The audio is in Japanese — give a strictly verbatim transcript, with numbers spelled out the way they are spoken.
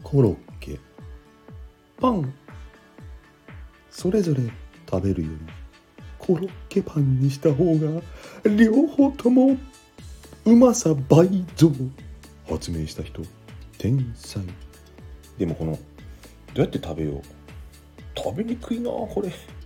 コロッケ、パン、それぞれ食べるよりコロッケパンにした方が両方ともうまさ倍増。発明した人天才。でもこのどうやって食べよう、食べにくいなこれ。